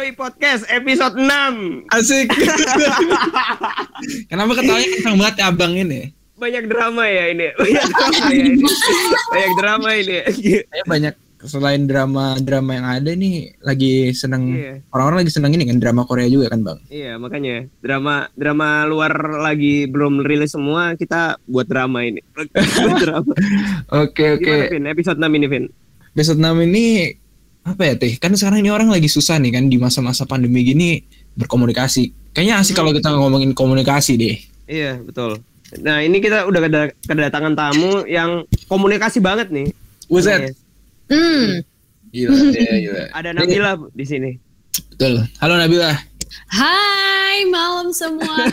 Yoi Podcast episode 6. Asik. Kenapa ketawanya kencang banget ya abang ini? Banyak drama ya ini. Banyak drama ini. Saya banyak selain drama yang ada nih lagi seneng orang-orang lagi seneng ini kan drama Korea juga kan bang? Iya makanya drama luar lagi belum rilis semua, kita buat drama ini. Oke. Gimana Vin? Episode 6 ini Vin? Episode 6 ini apa ya Teh? Kan sekarang ini orang lagi susah nih kan di masa-masa pandemi gini berkomunikasi. Kayaknya asik kalau kita ngomongin komunikasi deh. Iya betul. Nah ini kita udah kedatangan tamu yang komunikasi banget nih. Buset. Gila. Ada Nabila di sini. Betul. Halo Nabila. Hai, malam semua.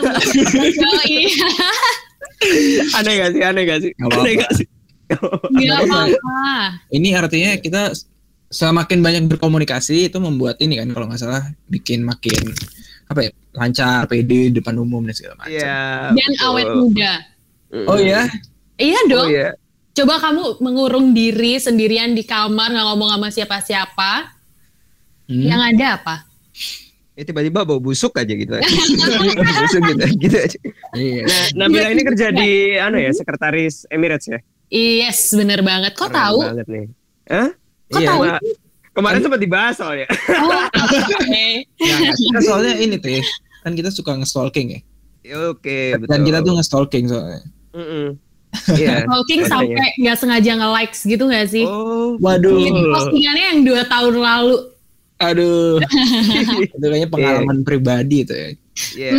Aneh gak sih? Aneh gak sih? Gak apa-apa. Ini artinya kita semakin banyak berkomunikasi itu membuat ini kan kalau nggak salah bikin makin apa ya lancar, pede depan umum dan segala macam. Iya. Dan betul. Awet muda. Oh ya? Iya dong. Oh, iya. Coba kamu mengurung diri sendirian di kamar nggak ngomong sama siapa-siapa. Yang ada apa? Tiba-tiba bau busuk aja gitu. Busuk gitu aja. Iya. Nah, Nabila ini kerja di sekretaris Emirates ya? Yes, bener banget. Kok tahu? Banget nih. Hah? Kok tahu? Kemarin sempat dibahas soalnya. Oh, oke. Nah, kita soalnya ini Teh, kan kita suka nge-stalking ya. Oke, betul. Dan kita tuh nge-stalking soalnya. Iya. Stalking sampai nggak sengaja nge-likes gitu nggak sih? Oh, waduh. Ini postingannya yang 2 tahun lalu. Aduh. Itu kayaknya pengalaman pribadi itu ya. Iya.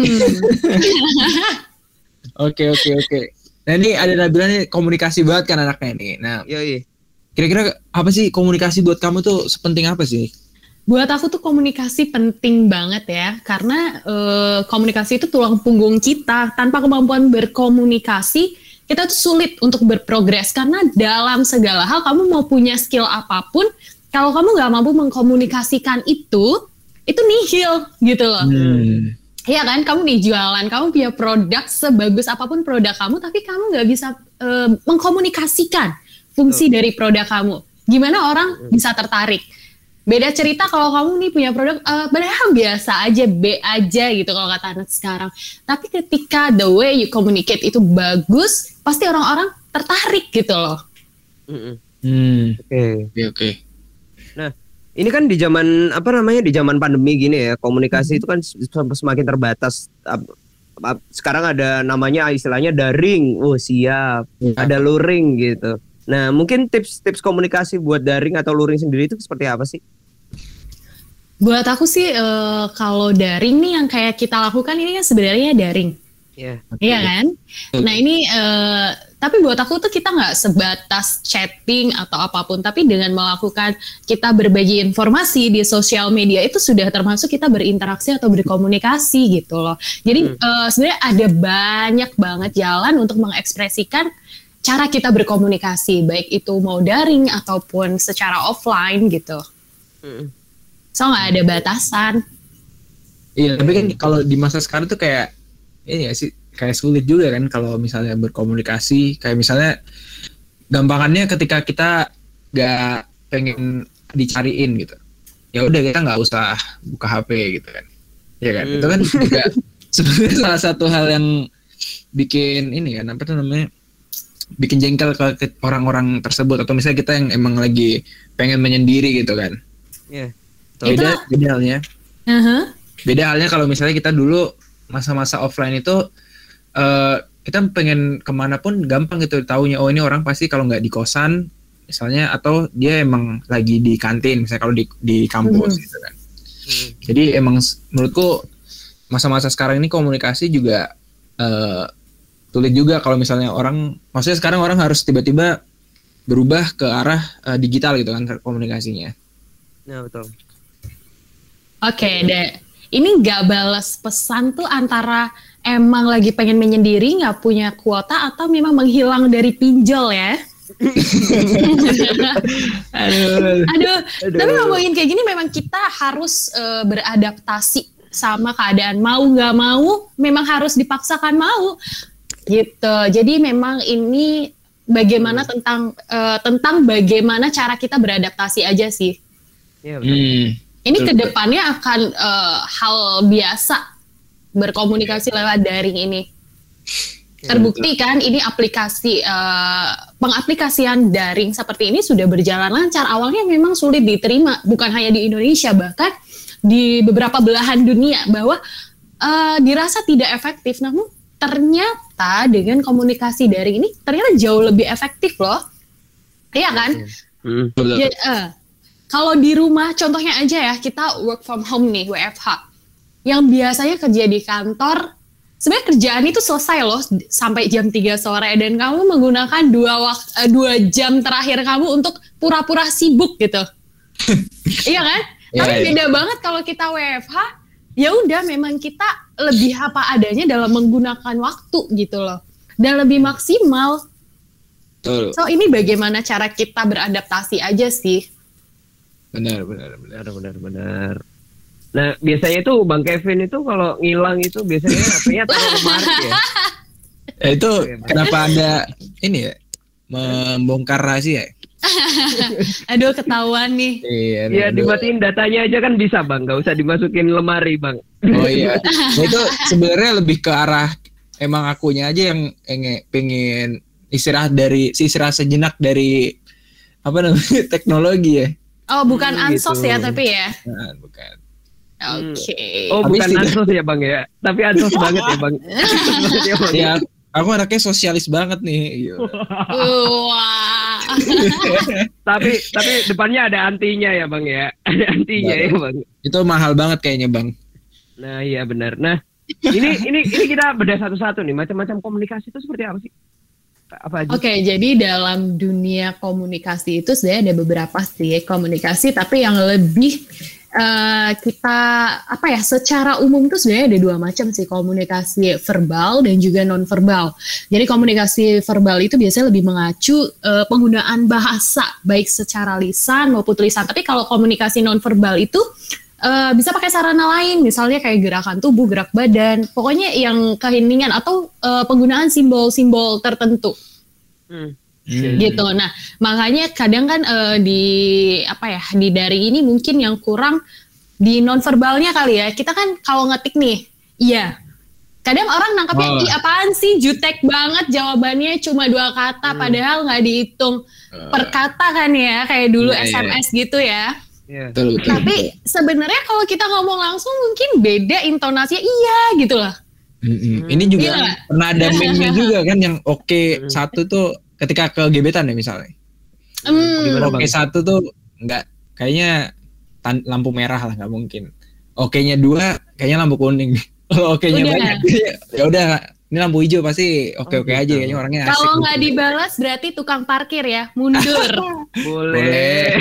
Oke. Nah ini ada Nabila nih komunikasi banget kan anaknya nih. Nah, Yoi. kira-kira apa sih komunikasi buat kamu tuh sepenting apa sih? Buat aku tuh komunikasi penting banget ya, karena komunikasi itu tulang punggung kita. Tanpa kemampuan berkomunikasi, kita tuh sulit untuk berprogres. Karena dalam segala hal, kamu mau punya skill apapun, kalau kamu nggak mampu mengkomunikasikan itu nihil gitu loh. Iya kan, kamu nih jualan, kamu punya produk sebagus apapun produk kamu, tapi kamu nggak bisa mengkomunikasikan fungsi dari produk kamu. Gimana orang bisa tertarik? Beda cerita kalau kamu nih punya produk, padahal biasa aja, B aja gitu kalau kata anak sekarang. Tapi ketika the way you communicate itu bagus, pasti orang-orang tertarik gitu loh. Oke. Nah, ini kan di zaman di zaman pandemi gini ya, komunikasi itu kan semakin terbatas. Sekarang ada namanya istilahnya daring. Oh, siap. Ada luring gitu. Nah, mungkin tips-tips komunikasi buat daring atau luring sendiri itu seperti apa sih? Buat aku sih kalau daring nih yang kayak kita lakukan ini kan sebenarnya daring. Iya kan? Nah ini tapi buat aku tuh kita nggak sebatas chatting atau apapun, tapi dengan melakukan kita berbagi informasi di sosial media itu sudah termasuk kita berinteraksi atau berkomunikasi gitu loh. Jadi sebenarnya ada banyak banget jalan untuk mengekspresikan cara kita berkomunikasi, baik itu mau daring ataupun secara offline gitu. So nggak ada batasan. Iya, tapi kan kalau di masa sekarang tuh kayak ini ya sih, kayak sulit juga kan kalau misalnya berkomunikasi. Kayak misalnya gampangannya ketika kita nggak pengen dicariin gitu, ya udah kita nggak usah buka HP gitu kan, ya kan. Itu kan juga sebenarnya salah satu hal yang bikin ini kan bikin jengkel ke orang-orang tersebut, atau misalnya kita yang emang lagi pengen menyendiri gitu kan. Iya. Beda halnya. Beda halnya kalau misalnya kita dulu masa-masa offline itu kita pengen kemana pun gampang gitu taunya. Oh ini orang pasti kalau nggak di kosan misalnya, atau dia emang lagi di kantin misalnya kalau di kampus gitu kan. Jadi emang menurutku masa-masa sekarang ini komunikasi juga sulit juga kalau misalnya maksudnya sekarang orang harus tiba-tiba berubah ke arah digital gitu kan komunikasinya. Nah betul. Oke deh, ini gak balas pesan tuh antara emang lagi pengen menyendiri, gak punya kuota, atau memang menghilang dari pinjol ya? Aduh. Tapi ngomongin kayak gini memang kita harus beradaptasi sama keadaan. Mau gak mau, memang harus dipaksakan mau. Gitu. Jadi memang ini bagaimana tentang bagaimana cara kita beradaptasi aja sih. Iya betul. Ini kedepannya akan hal biasa berkomunikasi lewat daring ini. Terbukti kan ini aplikasi pengaplikasian daring seperti ini sudah berjalan lancar. Awalnya memang sulit diterima, bukan hanya di Indonesia, bahkan di beberapa belahan dunia, bahwa dirasa tidak efektif. Namun ternyata dengan komunikasi daring ini ternyata jauh lebih efektif loh. Iya kan? Ya, kalau di rumah contohnya aja ya, kita work from home nih, WFH. Yang biasanya kerja di kantor, sebenarnya kerjaan itu selesai loh sampai jam 3 sore dan kamu menggunakan 2 jam terakhir kamu untuk pura-pura sibuk gitu. Iya kan? Tapi beda banget kalau kita WFH, ya udah memang kita lebih apa adanya dalam menggunakan waktu gitu loh. Dan lebih maksimal. So ini bagaimana cara kita beradaptasi aja sih. Benar. Nah, biasanya itu Bang Kevin itu kalau ngilang itu biasanya HP-nya taruh lemari ya. Itu kenapa ada ini ya? Membongkar rahasia. Aduh, ketahuan nih. Iya, dimatiin datanya aja kan bisa, Bang. Gak usah dimasukin lemari, Bang. Oh iya. Nah, itu sebenarnya lebih ke arah emang akunya aja yang pengen istirahat sejenak dari apa namanya teknologi ya. Oh, bukan ansos gitu. Ya, tapi ya. Nah, bukan. Oke. Oh, bukan ansos ya, Bang ya. Tapi ansos banget ya, Bang. Ya, aku anaknya sosialis banget nih. Wah. tapi depannya ada antinya ya, Bang ya. Ada antinya ya, Bang. Itu mahal banget kayaknya, Bang. Nah, iya benar. Nah, ini kita bedah satu-satu nih, macam-macam komunikasi itu seperti apa sih? Apa aja? Oke, jadi dalam dunia komunikasi itu sebenarnya ada beberapa sih komunikasi, tapi yang lebih kita secara umum tuh sebenarnya ada 2 macam sih, komunikasi verbal dan juga non verbal. Jadi komunikasi verbal itu biasanya lebih mengacu penggunaan bahasa baik secara lisan maupun tulisan. Tapi kalau komunikasi non verbal itu bisa pakai sarana lain, misalnya kayak gerakan tubuh, gerak badan, pokoknya yang keheningan atau penggunaan simbol-simbol tertentu. Gitu. Nah, makanya kadang kan di daring ini mungkin yang kurang di nonverbalnya kali ya. Kita kan kalau ngetik nih, iya. Kadang orang nangkapnya, ih apaan sih, jutek banget jawabannya cuma 2 kata, padahal nggak dihitung per kata kan ya, kayak dulu SMS gitu ya. Betul. Tapi sebenarnya kalau kita ngomong langsung mungkin beda intonasinya, iya gitu loh. Ini juga pernah ada meme-nya juga kan yang satu tuh ketika ke gebetan ya misalnya. Oke, satu tuh enggak, kayaknya lampu merah lah, nggak mungkin. Oke-nya 2 kayaknya lampu kuning. Kalau oke-nya banyak ya udah, ini lampu hijau pasti oke aja, kayaknya orangnya asik. Kalau nggak dibalas berarti tukang parkir ya, mundur. Boleh.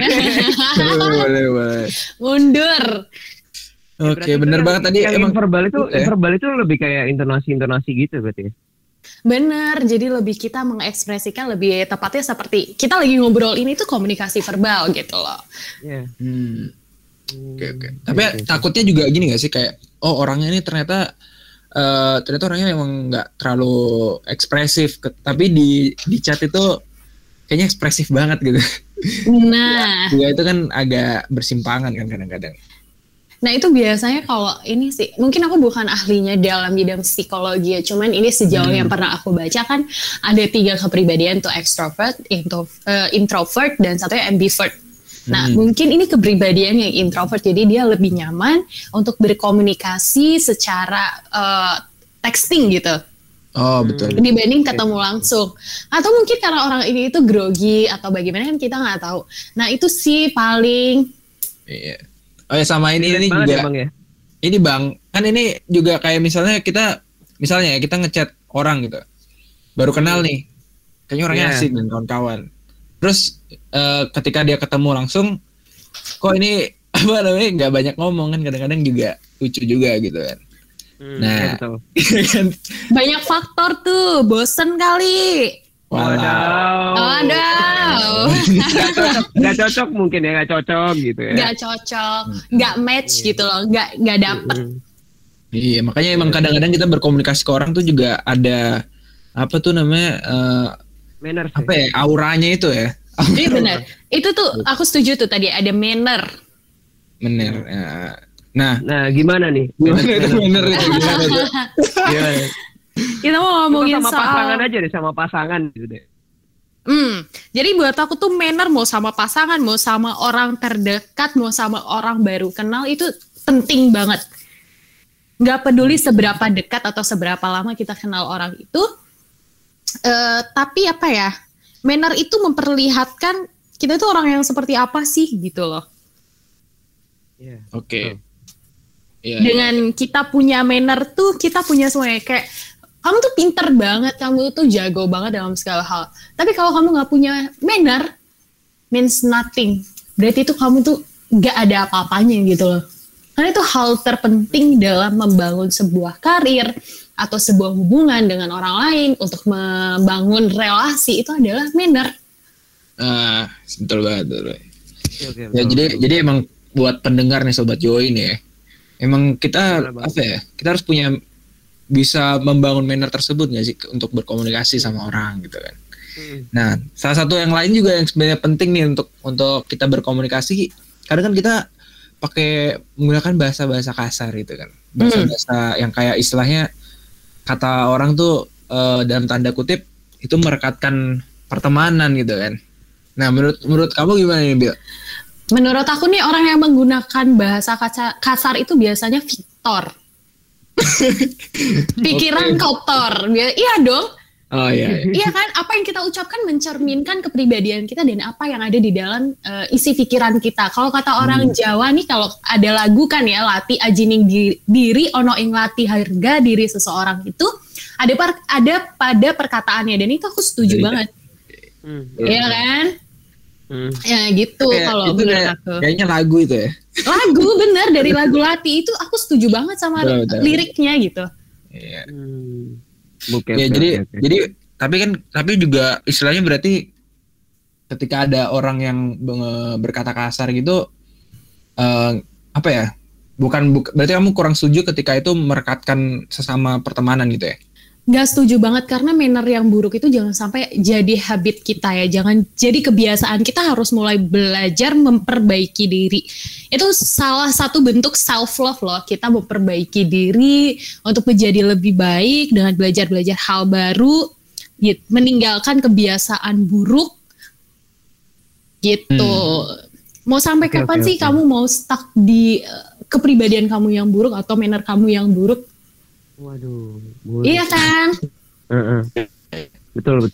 Mundur. Oke, bener banget tadi. Emang verbal itu lebih kayak intonasi gitu berarti ya. Benar, jadi lebih kita mengekspresikan lebih tepatnya seperti kita lagi ngobrol ini tuh komunikasi verbal gitu loh. Oke. Tapi takutnya juga gini gak sih, kayak orangnya ini ternyata orangnya memang nggak terlalu ekspresif, tapi di chat itu kayaknya ekspresif banget gitu. Nah, juga itu kan agak bersimpangan kan kadang-kadang. Nah itu biasanya kalau ini sih, mungkin aku bukan ahlinya dalam bidang psikologi ya, cuman ini sejauh yang pernah aku baca kan ada 3 kepribadian tuh, extrovert, introvert, dan satunya ambivert. Nah mungkin ini kepribadian yang introvert, jadi dia lebih nyaman untuk berkomunikasi secara texting gitu. Oh betul. Dibanding ketemu langsung. Atau mungkin karena orang ini itu grogi atau bagaimana kan kita nggak tahu. Nah itu sih paling. Iya. Oh ya, sama ini juga ya, Bang, ya? Ini Bang, kan ini juga kayak misalnya kita ngechat orang gitu, baru kenal nih, kayaknya orangnya asik dan kawan-kawan. Terus ketika dia ketemu langsung, kok ini nggak banyak ngomong kan, kadang-kadang juga lucu juga gitu kan. Nah, banyak faktor tuh, bosen kali. Waduh. Gak cocok mungkin ya, gak cocok gitu ya. Gak cocok, gak match gitu loh, gak dapet. Iya, makanya emang kadang-kadang kita berkomunikasi ke orang tuh juga ada apa tuh namanya manner, apa ya, auranya itu ya. Iya benar. Itu tuh aku setuju tuh tadi, ada manner. Bener. Nah, gimana nih? Bener. Kita mau ngomongin sama soal pasangan aja deh, sama pasangan gitu deh. Jadi buat aku tuh manner mau sama pasangan, mau sama orang terdekat, mau sama orang baru kenal itu penting banget. Gak peduli seberapa dekat atau seberapa lama kita kenal orang itu, tapi apa ya, manner itu memperlihatkan kita tuh orang yang seperti apa sih gitu loh. Oke. Dengan kita punya manner tuh kita punya semuanya, kayak kamu tuh pinter banget, kamu tuh jago banget dalam segala hal. Tapi kalau kamu gak punya manner, means nothing. Berarti itu kamu tuh gak ada apa-apanya gitu loh. Karena itu hal terpenting dalam membangun sebuah karir atau sebuah hubungan dengan orang lain, untuk membangun relasi itu adalah manner. Betul banget. Okay, ya jadi emang buat pendengar nih Sobat Joy nih ya, emang kita kita harus bisa membangun manner tersebut nggak sih untuk berkomunikasi sama orang gitu kan. Nah, salah satu yang lain juga yang sebenarnya penting nih untuk kita berkomunikasi, kadang kan kita pakai menggunakan bahasa-bahasa kasar gitu kan, bahasa-bahasa yang kayak istilahnya kata orang tuh dalam tanda kutip itu merekatkan pertemanan gitu kan. Nah, menurut kamu gimana nih, Bil? Menurut aku nih, orang yang menggunakan bahasa kasar itu biasanya Victor. Pikiran kotor. Iya dong. Oh iya. Iya kan, apa yang kita ucapkan mencerminkan kepribadian kita dan apa yang ada di dalam isi pikiran kita. Kalau kata orang Jawa nih, kalau ada lagu kan ya, lati ajining diri ono ing lati harga diri seseorang itu ada pada perkataannya, dan itu aku setuju banget. Iya kan? Ya gitu kalau menurut aku. Kayaknya lagu itu ya. Lagu bener, dari lagu Lati itu aku setuju banget sama liriknya gitu. Iya. Jadi tapi juga istilahnya berarti ketika ada orang yang berkata kasar gitu, apa ya? Berarti kamu kurang setuju ketika itu merekatkan sesama pertemanan gitu ya? Gak setuju banget, karena manner yang buruk itu jangan sampai jadi habit kita ya, jangan jadi kebiasaan. Kita harus mulai belajar memperbaiki diri. Itu salah satu bentuk self love loh, kita memperbaiki diri untuk menjadi lebih baik dengan belajar hal baru, gitu. Meninggalkan kebiasaan buruk gitu. Mau sampai kapan sih kamu mau stuck di kepribadian kamu yang buruk atau manner kamu yang buruk? Waduh. Iya kan? Betul.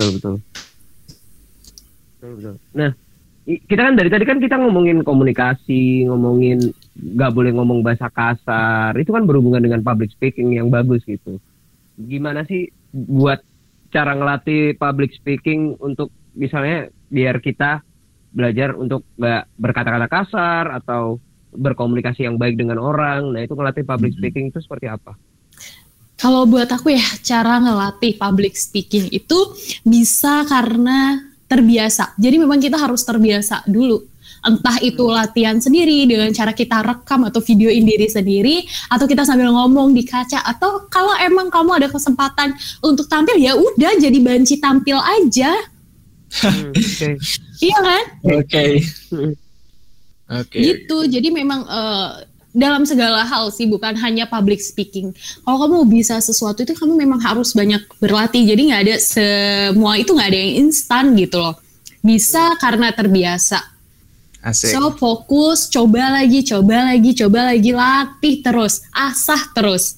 Nah, kita kan dari tadi kan kita ngomongin komunikasi, ngomongin nggak boleh ngomong bahasa kasar. Itu kan berhubungan dengan public speaking yang bagus gitu. Gimana sih buat cara ngelatih public speaking untuk misalnya biar kita belajar untuk nggak berkata-kata kasar atau berkomunikasi yang baik dengan orang. Nah, itu ngelatih public speaking itu seperti apa? Kalau buat aku ya, cara ngelatih public speaking itu bisa karena terbiasa. Jadi memang kita harus terbiasa dulu. Entah itu latihan sendiri dengan cara kita rekam atau videoin diri sendiri, atau kita sambil ngomong di kaca, atau kalau emang kamu ada kesempatan untuk tampil, ya udah jadi banci tampil aja. Iya kan? Oke. Gitu. Jadi memang dalam segala hal sih, bukan hanya public speaking. Kalau kamu bisa sesuatu itu, kamu memang harus banyak berlatih. Jadi nggak ada semua itu, nggak ada yang instan gitu loh. Bisa karena terbiasa. Asik. So fokus, coba lagi, latih terus, asah terus.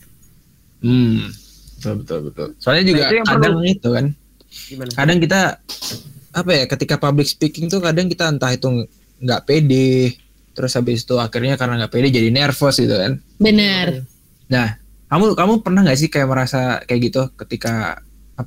Betul. Soalnya juga kadang itu kan. Gimana? Kadang kita ketika public speaking tuh kadang kita entah itu nggak pede. Terus habis itu akhirnya karena nggak pede jadi nervous gitu kan. Bener. Nah, kamu pernah nggak sih kayak merasa kayak gitu ketika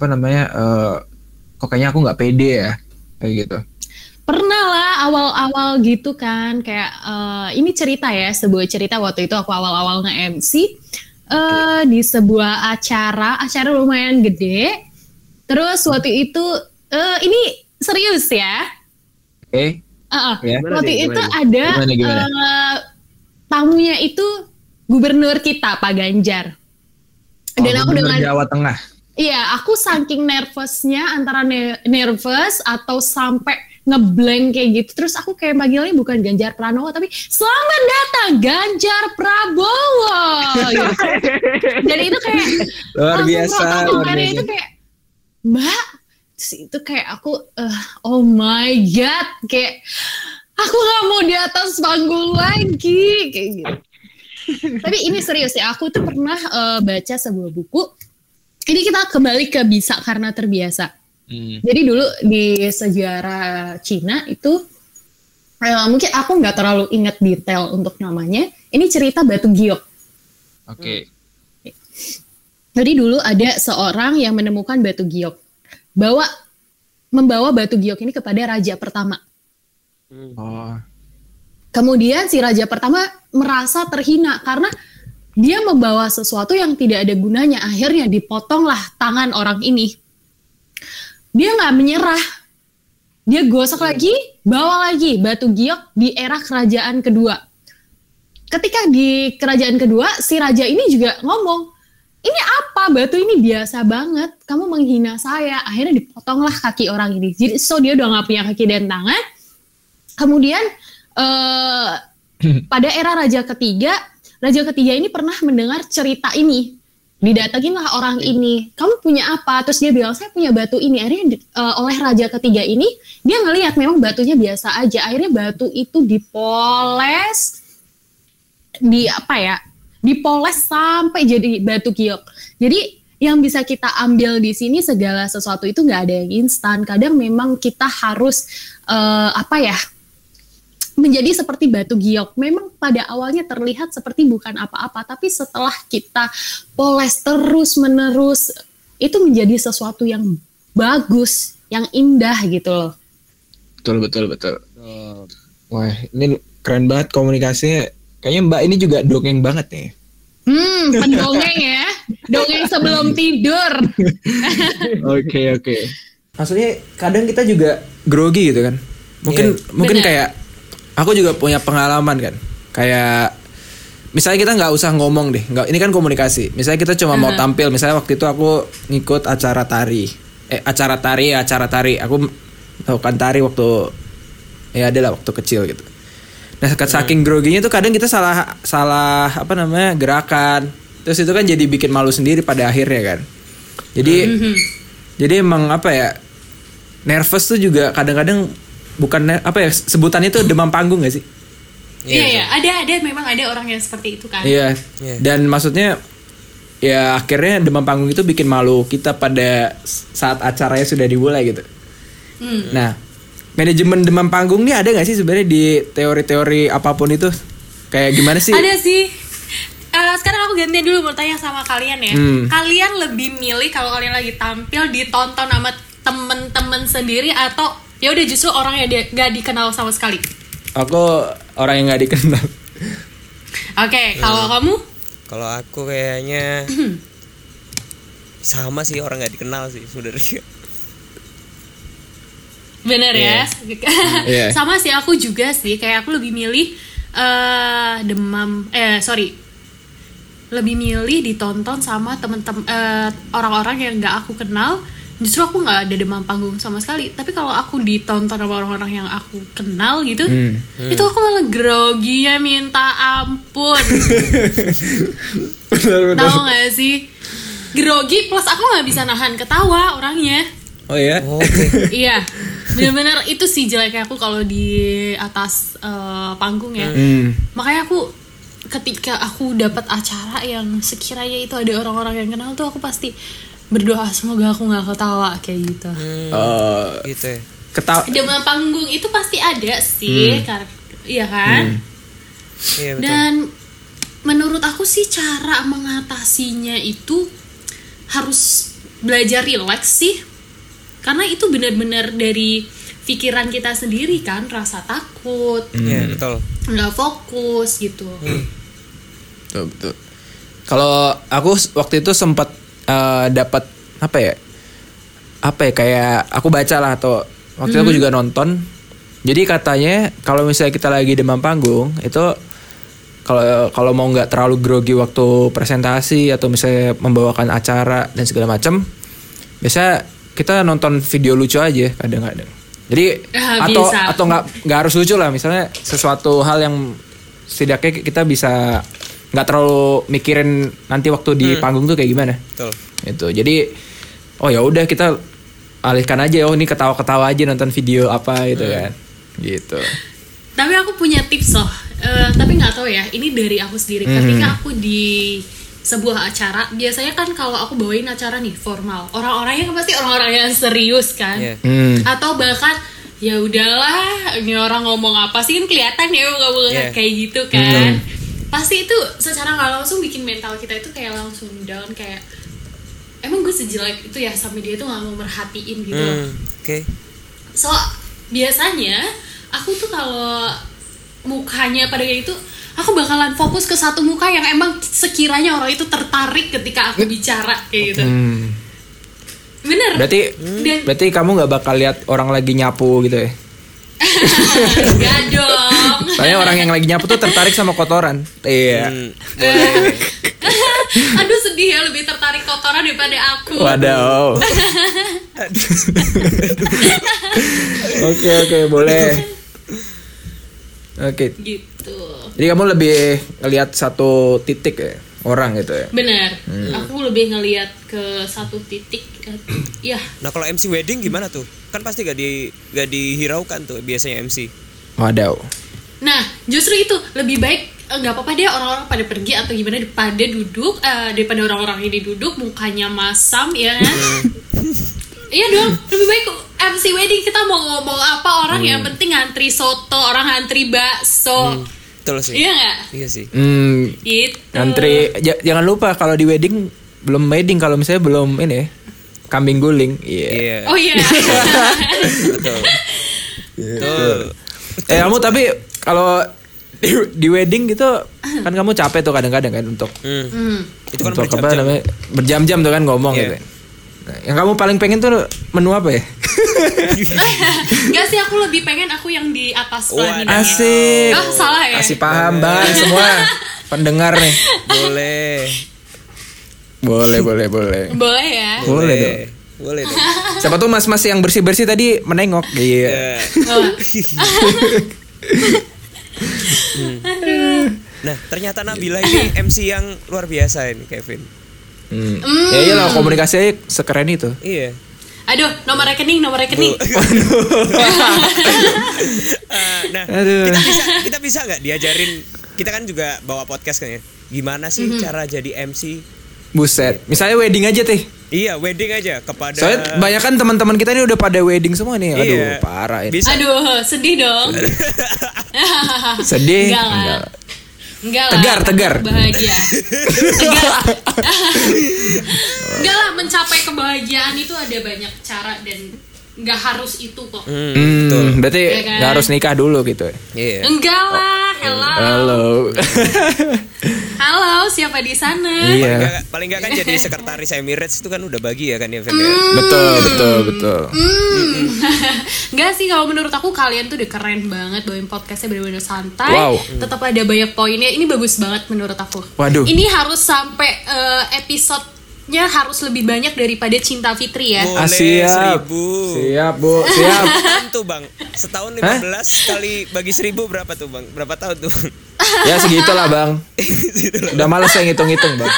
kok kayaknya aku nggak pede ya kayak gitu? Pernah lah, awal-awal gitu kan, kayak ini sebuah cerita waktu itu aku awal-awal nge-MC di sebuah acara lumayan gede. Terus waktu itu ini serius ya. Oke. Waktu itu ada tamunya itu gubernur kita, Pak Ganjar. Dan aku dengan Jawa Tengah. Iya, aku saking nervousnya, antara nervous atau sampai ngeblank kayak gitu. Terus aku kayak manggilnya bukan Ganjar Pranowo tapi selamat datang Ganjar Prabowo gitu. Dan itu kayak luar biasa. Itu kayak Mbak, terus itu kayak aku oh my god, kayak aku gak mau di atas panggung lagi kayak gitu. Tapi ini serius ya, aku tuh pernah baca sebuah buku. Ini kita kembali ke bisa karena terbiasa. Jadi dulu di sejarah Cina itu mungkin aku nggak terlalu ingat detail untuk namanya. Ini cerita batu giok. Oke. Jadi dulu ada seorang yang menemukan batu giok, membawa batu giok ini kepada raja pertama. Kemudian si raja pertama merasa terhina karena dia membawa sesuatu yang tidak ada gunanya. Akhirnya dipotonglah tangan orang ini. Dia nggak menyerah. Dia gosok lagi, bawa lagi batu giok di era kerajaan kedua. Ketika di kerajaan kedua, si raja ini juga ngomong, ini apa? Batu ini biasa banget. Kamu menghina saya. Akhirnya dipotonglah kaki orang ini. Jadi dia udah nggak punya kaki dan tangan. Kemudian pada era raja ketiga ini pernah mendengar cerita ini. Didatanginlah orang ini, kamu punya apa? Terus dia bilang, saya punya batu ini. Akhirnya oleh raja ketiga ini, dia ngelihat memang batunya biasa aja. Akhirnya batu itu dipoles, dipoles sampai jadi batu giok. Jadi yang bisa kita ambil di sini, segala sesuatu itu nggak ada yang instan. Kadang memang kita harus menjadi seperti batu giok. Memang pada awalnya terlihat seperti bukan apa-apa, tapi setelah kita poles terus-menerus, itu menjadi sesuatu yang bagus, yang indah gitu loh. Betul. Wah, ini keren banget komunikasinya. Kayaknya Mbak ini juga dongeng banget nih. Pendongeng ya. Dongeng sebelum tidur. Oke. Maksudnya kadang kita juga grogi gitu kan. Mungkin kayak aku juga punya pengalaman kan, kayak misalnya kita nggak usah ngomong deh, ini kan komunikasi. Misalnya kita cuma mau tampil, misalnya waktu itu aku ngikut acara tari. Aku melakukan tari waktu waktu kecil gitu. Nah saking groginya tuh kadang kita salah gerakan, terus itu kan jadi bikin malu sendiri pada akhirnya kan. Jadi emang nervous tuh juga kadang-kadang bukan sebutannya itu demam panggung gak sih? Iya, memang ada orang yang seperti itu kan. Iya. Dan maksudnya ya akhirnya demam panggung itu bikin malu kita pada saat acaranya sudah dimulai gitu. Nah, manajemen demam panggung nih ada gak sih sebenarnya di teori-teori apapun itu? Kayak gimana sih? Ada sih. Sekarang aku gantian dulu mau tanya sama kalian ya. Kalian lebih milih kalau kalian lagi tampil ditonton sama temen-temen sendiri atau ya udah justru orang yang gak dikenal sama sekali? Aku orang yang gak dikenal. Oke, kalau kamu? Kalau aku kayaknya sama sih, orang gak dikenal sih sebenarnya. Bener ya? Sama sih, aku juga sih. Kayak aku lebih milih lebih milih ditonton sama temen-temen orang-orang yang gak aku kenal. Justru aku nggak ada demam panggung sama sekali. Tapi kalau aku ditonton sama orang-orang yang aku kenal gitu, itu aku malah grogi ya minta ampun. Tahu nggak sih? Grogi plus aku nggak bisa nahan ketawa orangnya. Oh ya? Iya, benar-benar itu sih jeleknya aku kalau di atas panggung ya. Makanya aku ketika aku dapat acara yang sekiranya itu ada orang-orang yang kenal tuh, aku pasti berdoa semoga aku nggak ketawa kayak gitu. Gitu ya. Demam panggung itu pasti ada sih, iya kan? Iya, betul. Dan menurut aku sih cara mengatasinya itu harus belajar relax sih, karena itu benar-benar dari pikiran kita sendiri kan, rasa takut, betul. nggak fokus gitu. Betul. Kalau aku waktu itu sempat dapat kayak aku baca lah, atau waktu itu aku juga nonton. Jadi katanya kalau misalnya kita lagi demam panggung itu, kalau mau nggak terlalu grogi waktu presentasi atau misalnya membawakan acara dan segala macam, biasa kita nonton video lucu aja kadang-kadang. Jadi Bisa. atau nggak harus lucu lah, misalnya sesuatu hal yang setidaknya kita bisa nggak terlalu mikirin nanti waktu di panggung tuh kayak gimana. Betul. Itu. Jadi oh ya udah kita alihkan aja, oh ini ketawa-ketawa aja nonton video apa gitu kan. Gitu. Tapi aku punya tips loh. Tapi nggak tahu ya, ini dari aku sendiri. Ketika aku di sebuah acara, biasanya kan kalau aku bawain acara nih formal, orang-orangnya kan pasti orang-orang yang serius kan. Atau bahkan ya udahlah, ini orang ngomong apa sih, kan kelihatan ya kayak gitu kan. Pasti itu secara nggak langsung bikin mental kita itu kayak langsung down, kayak emang gue sejelek itu ya sampai dia tuh nggak mau merhatiin gitu. Oke. So biasanya aku tuh kalau mukanya pada kayak itu, aku bakalan fokus ke satu muka yang emang sekiranya orang itu tertarik ketika aku bicara kayak gitu. Bener. Berarti kamu nggak bakal lihat orang lagi nyapu gitu ya? Enggak dong. Soalnya orang yang lagi nyapu tuh tertarik sama kotoran. Iya. Aduh sedih ya, lebih tertarik kotoran daripada aku. Waduh. Oke, boleh. Oke. Gitu. Jadi kamu lebih ngelihat satu titik ya, orang gitu ya? Bener. Aku lebih ngelihat ke satu titik. Ya. Nah kalau MC wedding gimana tuh? Kan pasti gak dihiraukan tuh biasanya MC. Waduh. Nah justru itu lebih baik nggak apa-apa deh orang-orang pada pergi atau gimana daripada duduk, daripada orang-orang ini duduk mukanya masam ya kan. Iya dong, lebih baik MC wedding kita mau ngomong apa orang yang penting ngantri soto, orang ngantri bakso. Betul sih. Iya nggak? Iya sih. Gitu. Ngantri, jangan lupa kalau di wedding belum wedding, kalau misalnya belum ini ya, kambing guling. Iya. Oh iya. Betul. Betul. Kamu tapi kalau di wedding gitu kan kamu capek tuh kadang-kadang kan untuk Itu kan untuk berjam-jam. berjam-jam tuh kan ngomong gitu. Nah, yang kamu paling pengen tuh menu apa ya? Enggak sih, aku lebih pengen aku yang di atas pelanginannya. Asik. Oh salah ya? Kasih paham bang semua pendengar nih. Boleh. Boleh ya? Boleh dong. Boleh dong. Siapa tuh mas-mas yang bersih-bersih tadi menengok. Iya. Nah ternyata Nabila ini MC yang luar biasa ini Kevin. Ya iyalah, komunikasinya sekeren itu. Iya. Aduh, nomor rekening. Nah, Aduh. kita bisa nggak diajarin? Kita kan juga bawa podcast kan ya. Gimana sih cara jadi MC? Buset. Misalnya wedding aja teh. Iya, wedding aja kepada. Soalnya banyak kan teman-teman kita ini udah pada wedding semua nih. Aduh, Iya. parah ini. Bisa. Aduh, sedih dong. Sedih. Enggak lah. Tegar. Bahagia. Enggak lah, mencapai kebahagiaan itu ada banyak cara dan nggak harus itu kok. Berarti Iya kan? nggak harus nikah dulu gitu ya? Iya. Enggak lah, Halo. Halo, siapa di sana? Iya. Paling nggak kan jadi sekretaris Emirates itu kan udah bagi ya kan ya, Fen? Betul. Enggak sih, kalau menurut aku kalian tuh udah keren banget bawain podcastnya bener-bener santai. Wow. Tetap ada banyak poinnya. Ini bagus banget menurut aku. Waduh. Ini harus sampai episode-nya harus lebih banyak daripada Cinta Fitri ya. Boleh, Siap. 1000. Siap, Bu. Siap. Tuh bang, setahun 15 kali bagi 1000 berapa tuh bang? Berapa tahun tuh? Ya segitulah, Bang. Udah males saya ngitung-ngitung, Bang.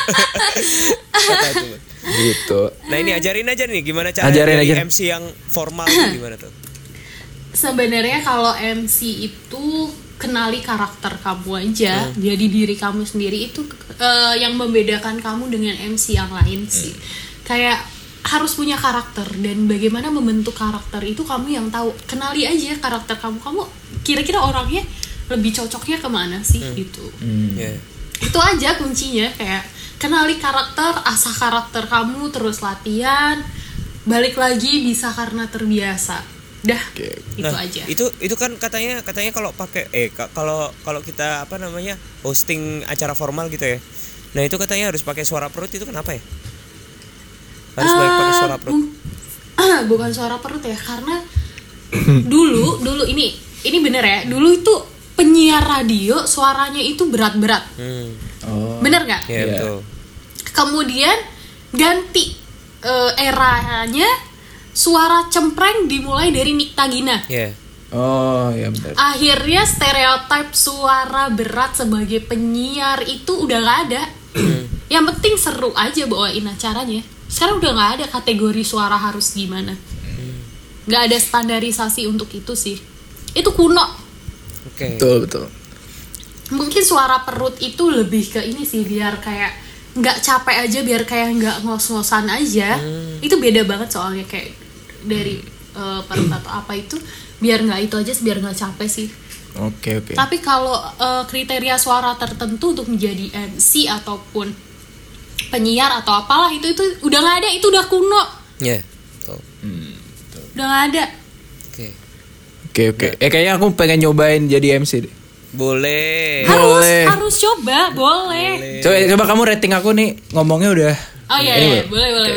Gitu. Nah ini ajarin aja nih gimana cara Ajarin. jadi MC yang formal tuh gimana tuh? Sebenarnya kalau MC itu kenali karakter kamu aja, jadi diri kamu sendiri itu yang membedakan kamu dengan MC yang lain sih. Kayak harus punya karakter, dan bagaimana membentuk karakter itu kamu yang tahu. Kenali aja karakter kamu kira-kira orangnya lebih cocoknya kemana sih gitu. Yeah. Itu aja kuncinya, kayak kenali karakter, asah karakter kamu, terus latihan, balik lagi bisa karena terbiasa. Dah, itu Nah, aja. Itu kan katanya kalau pakai kalau kita apa namanya hosting acara formal gitu ya. Nah itu katanya harus pakai suara perut, itu kenapa ya? Harus pakai suara perut. Bukan suara perut ya, karena dulu ini bener ya. Dulu itu penyiar radio suaranya itu berat-berat. Bener nggak? Iya, betul. Kemudian ganti eranya, suara cempreng dimulai dari Nikta Gina. Iya. Oh ya benar. Akhirnya stereotip suara berat sebagai penyiar itu udah gak ada. Yang penting seru aja bawain acaranya. Sekarang udah gak ada kategori suara harus gimana. Gak ada standarisasi untuk itu sih. Itu kuno. Oke. Betul. Mungkin suara perut itu lebih ke ini sih, biar kayak gak capek aja, biar kayak gak ngos-ngosan aja. Itu beda banget soalnya, kayak dari perut atau apa itu, biar nggak itu aja, biar nggak capek sih. Oke. Tapi kalau kriteria suara tertentu untuk menjadi MC ataupun penyiar atau apalah itu udah nggak ada, itu udah kuno. Iya. Betul. Udah nggak ada. Oke. Kayaknya aku pengen nyobain jadi MC deh. Boleh. Harus coba, boleh. Coba kamu rating aku nih, ngomongnya udah. Oh iya, boleh.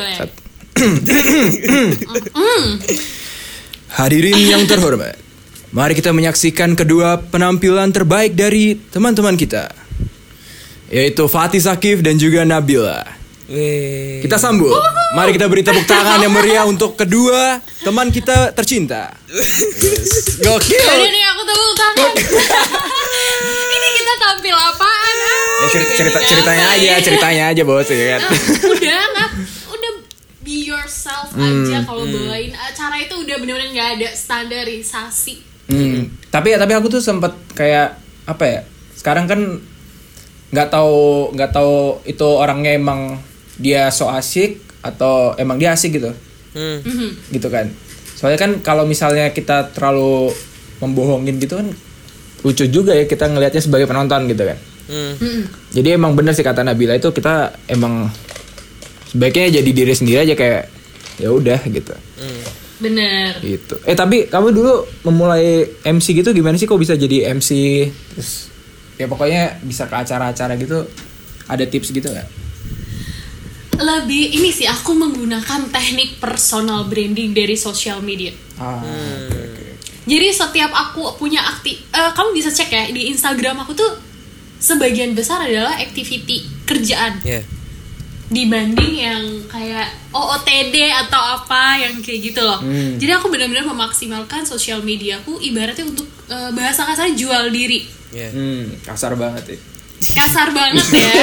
Hadirin yang terhormat, mari kita menyaksikan kedua penampilan terbaik dari teman-teman kita, yaitu Fatih Sakif dan juga Nabila. Kita sambut. Mari kita beri tepuk tangan yang meriah untuk kedua teman kita tercinta. Gokil. Jadi nih aku tepuk tangan. Ini kita tampil apaan? Ceritanya aja bos ya kan. Udah be yourself aja kalau bawain acara itu, udah bener-bener nggak ada standarisasi. Tapi aku tuh sempet kayak apa ya? Sekarang kan nggak tahu itu orangnya emang dia so asik atau emang dia asik gitu. Gitu kan. Soalnya kan kalau misalnya kita terlalu membohongin gitu kan lucu juga ya, kita ngelihatnya sebagai penonton gitu kan. Jadi emang bener sih kata Nabila itu, kita emang sebaiknya jadi diri sendiri aja, kayak ya udah gitu. Bener. Gitu. Tapi kamu dulu memulai MC gitu gimana sih, kok bisa jadi MC? Terus ya pokoknya bisa ke acara-acara gitu, ada tips gitu nggak? Lebih ini sih, aku menggunakan teknik personal branding dari social media. Okay. Jadi setiap aku punya kamu bisa cek ya di Instagram aku tuh sebagian besar adalah activity kerjaan. Dibanding yang kayak OOTD atau apa yang kayak gitu loh. Jadi aku benar-benar memaksimalkan sosial mediaku ibaratnya untuk bahasa kasarnya jual diri. Kasar banget ya. Kasar banget ya.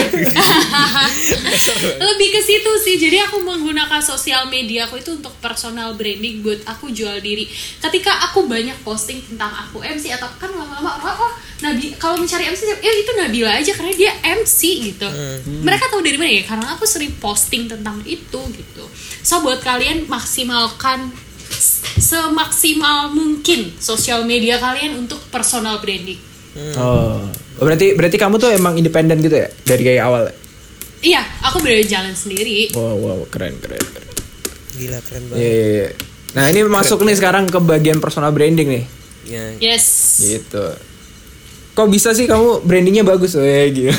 Lebih ke situ sih. Jadi aku menggunakan sosial media aku itu untuk personal branding, buat aku jual diri. Ketika aku banyak posting tentang aku MC, atau kan lama-lama orang kalau mencari MC itu Nabila aja karena dia MC gitu. Mereka tahu dari mana ya? Karena aku sering posting tentang itu gitu. So buat kalian maksimalkan semaksimal mungkin sosial media kalian untuk personal branding. Berarti kamu tuh emang independen gitu ya dari kayak awal? Iya, aku berani jalan sendiri. Wow, keren. Gila, keren banget. Iya. Nah ini masuk nih sekarang ke bagian personal branding nih. Yes. Gitu. Kok bisa sih kamu brandingnya bagus gitu?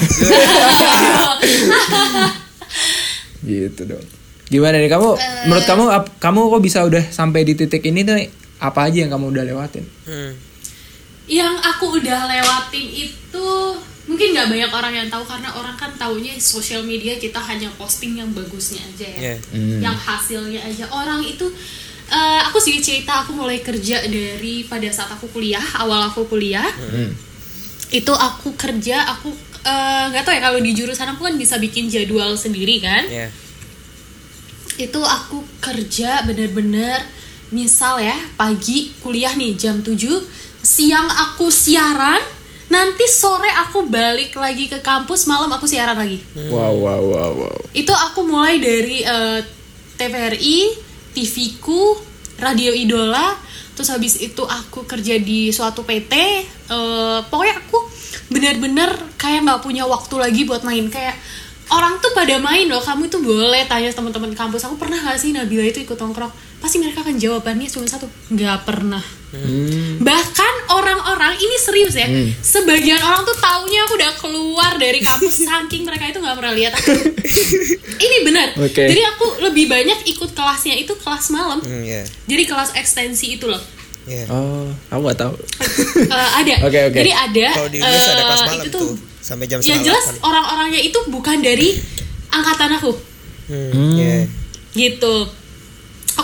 Gitu dong. Gimana nih kamu? Menurut kamu kok bisa udah sampai di titik ini tuh, apa aja yang kamu udah lewatin? Yang aku udah lewatin itu mungkin nggak banyak orang yang tahu, karena orang kan taunya sosial media kita hanya posting yang bagusnya aja ya, yang hasilnya aja. Orang itu aku sih cerita, aku mulai kerja dari pada saat aku kuliah, awal aku kuliah. Itu aku kerja, aku nggak tahu ya, kalau di jurusan aku kan bisa bikin jadwal sendiri kan. Itu aku kerja bener-bener, misal ya pagi kuliah nih jam 7, siang aku siaran, nanti sore aku balik lagi ke kampus, malam aku siaran lagi. Wow. Itu aku mulai dari TVRI, TV-ku, Radio Idola, terus habis itu aku kerja di suatu PT. Pokoknya aku benar-benar kayak nggak punya waktu lagi buat main. Kayak orang tuh pada main loh, kamu tuh boleh tanya teman-teman kampus, aku pernah nggak sih Nabila itu ikut nongkrong? Pasti mereka akan jawabannya cuma satu, nggak pernah. Bahkan orang-orang ini serius ya, sebagian orang tuh taunya aku udah keluar dari kampus saking mereka itu nggak pernah lihat aku. Ini benar. Jadi aku lebih banyak ikut kelasnya itu kelas malam. Jadi kelas ekstensi itu loh. Aku nggak tahu. Ada. Jadi ada. Kalau di Inggris ada kelas malam itu tuh sampai jam 9. Yang jelas orang-orangnya itu bukan dari angkatan aku. Gitu. Aku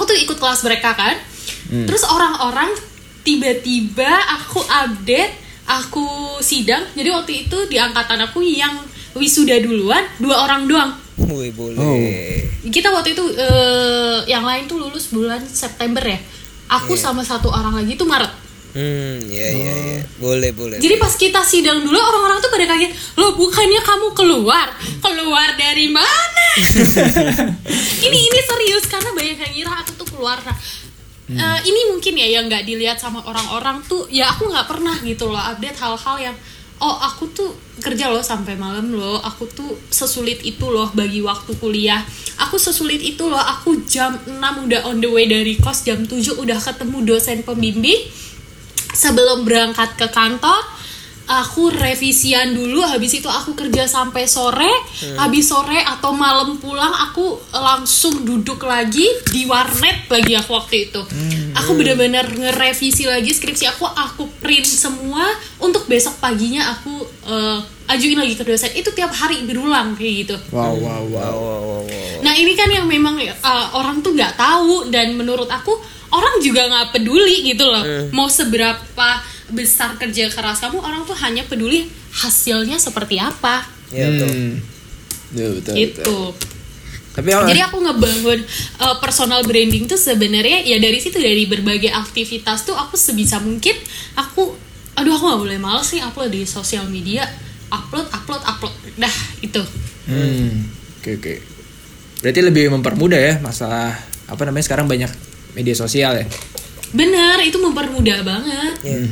tuh ikut kelas mereka kan. Terus orang-orang tiba-tiba aku update, aku sidang. Jadi waktu itu di angkatan aku yang wisuda duluan 2 orang doang. Wih, boleh. Kita waktu itu yang lain tuh lulus bulan September ya. Aku sama 1 orang lagi tuh Maret. Iya. Boleh. Jadi pas kita sidang dulu orang-orang tuh pada kaget, loh bukannya kamu keluar dari mana? ini serius karena banyak yang ngira aku tuh keluar. Ini mungkin ya yang nggak dilihat sama orang-orang tuh, ya aku nggak pernah gitu loh update hal-hal yang aku tuh kerja loh sampai malam loh, aku tuh sesulit itu loh bagi waktu kuliah, aku sesulit itu loh, aku jam 6 udah on the way dari kos, jam 7 udah ketemu dosen pembimbing. Sebelum berangkat ke kantor, aku revisian dulu, habis itu aku kerja sampai sore, habis sore atau malam pulang aku langsung duduk lagi di warnet lagi aku waktu itu. Aku benar-benar ngerevisi lagi skripsi aku print semua untuk besok paginya aku ajuin lagi ke dosen. Itu tiap hari berulang kayak gitu. Wow. Nah ini kan yang memang orang tuh nggak tahu, dan menurut aku orang juga nggak peduli gitu loh. Mau seberapa besar kerja keras kamu, orang tuh hanya peduli hasilnya seperti apa. Iya betul. Betul. Itu. Tapi jadi aku ngebangun personal branding tuh sebenarnya ya dari situ, dari berbagai aktivitas tuh aku sebisa mungkin aku nggak boleh males nih upload di sosial media, upload dah itu. Oke. Berarti lebih mempermudah ya masalah sekarang banyak media sosial ya. Bener, itu mempermudah banget.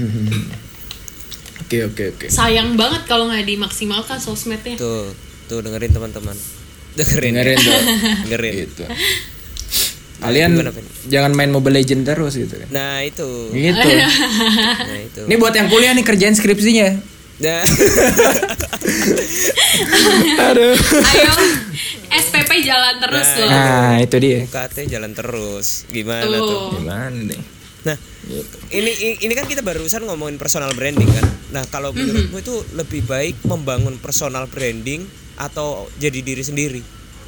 Oke. Sayang banget kalau nggak dimaksimalkan sosmednya. Tuh dengerin teman-teman. Dengerin tuh. Dengerin. Gitu. Kalian jangan main Mobile Legends terus gitu kan. Nah, itu. Gitu. Ini buat yang kuliah nih, kerjain skripsinya. Nah. Aduh. Ayo, SPP jalan terus loh. Nah, itu dia. UKT jalan terus. Gimana tuh? Gimana nih? Nah, ini kan kita barusan ngomongin personal branding kan. Nah, kalau menurutmu itu lebih baik membangun personal branding atau jadi diri sendiri?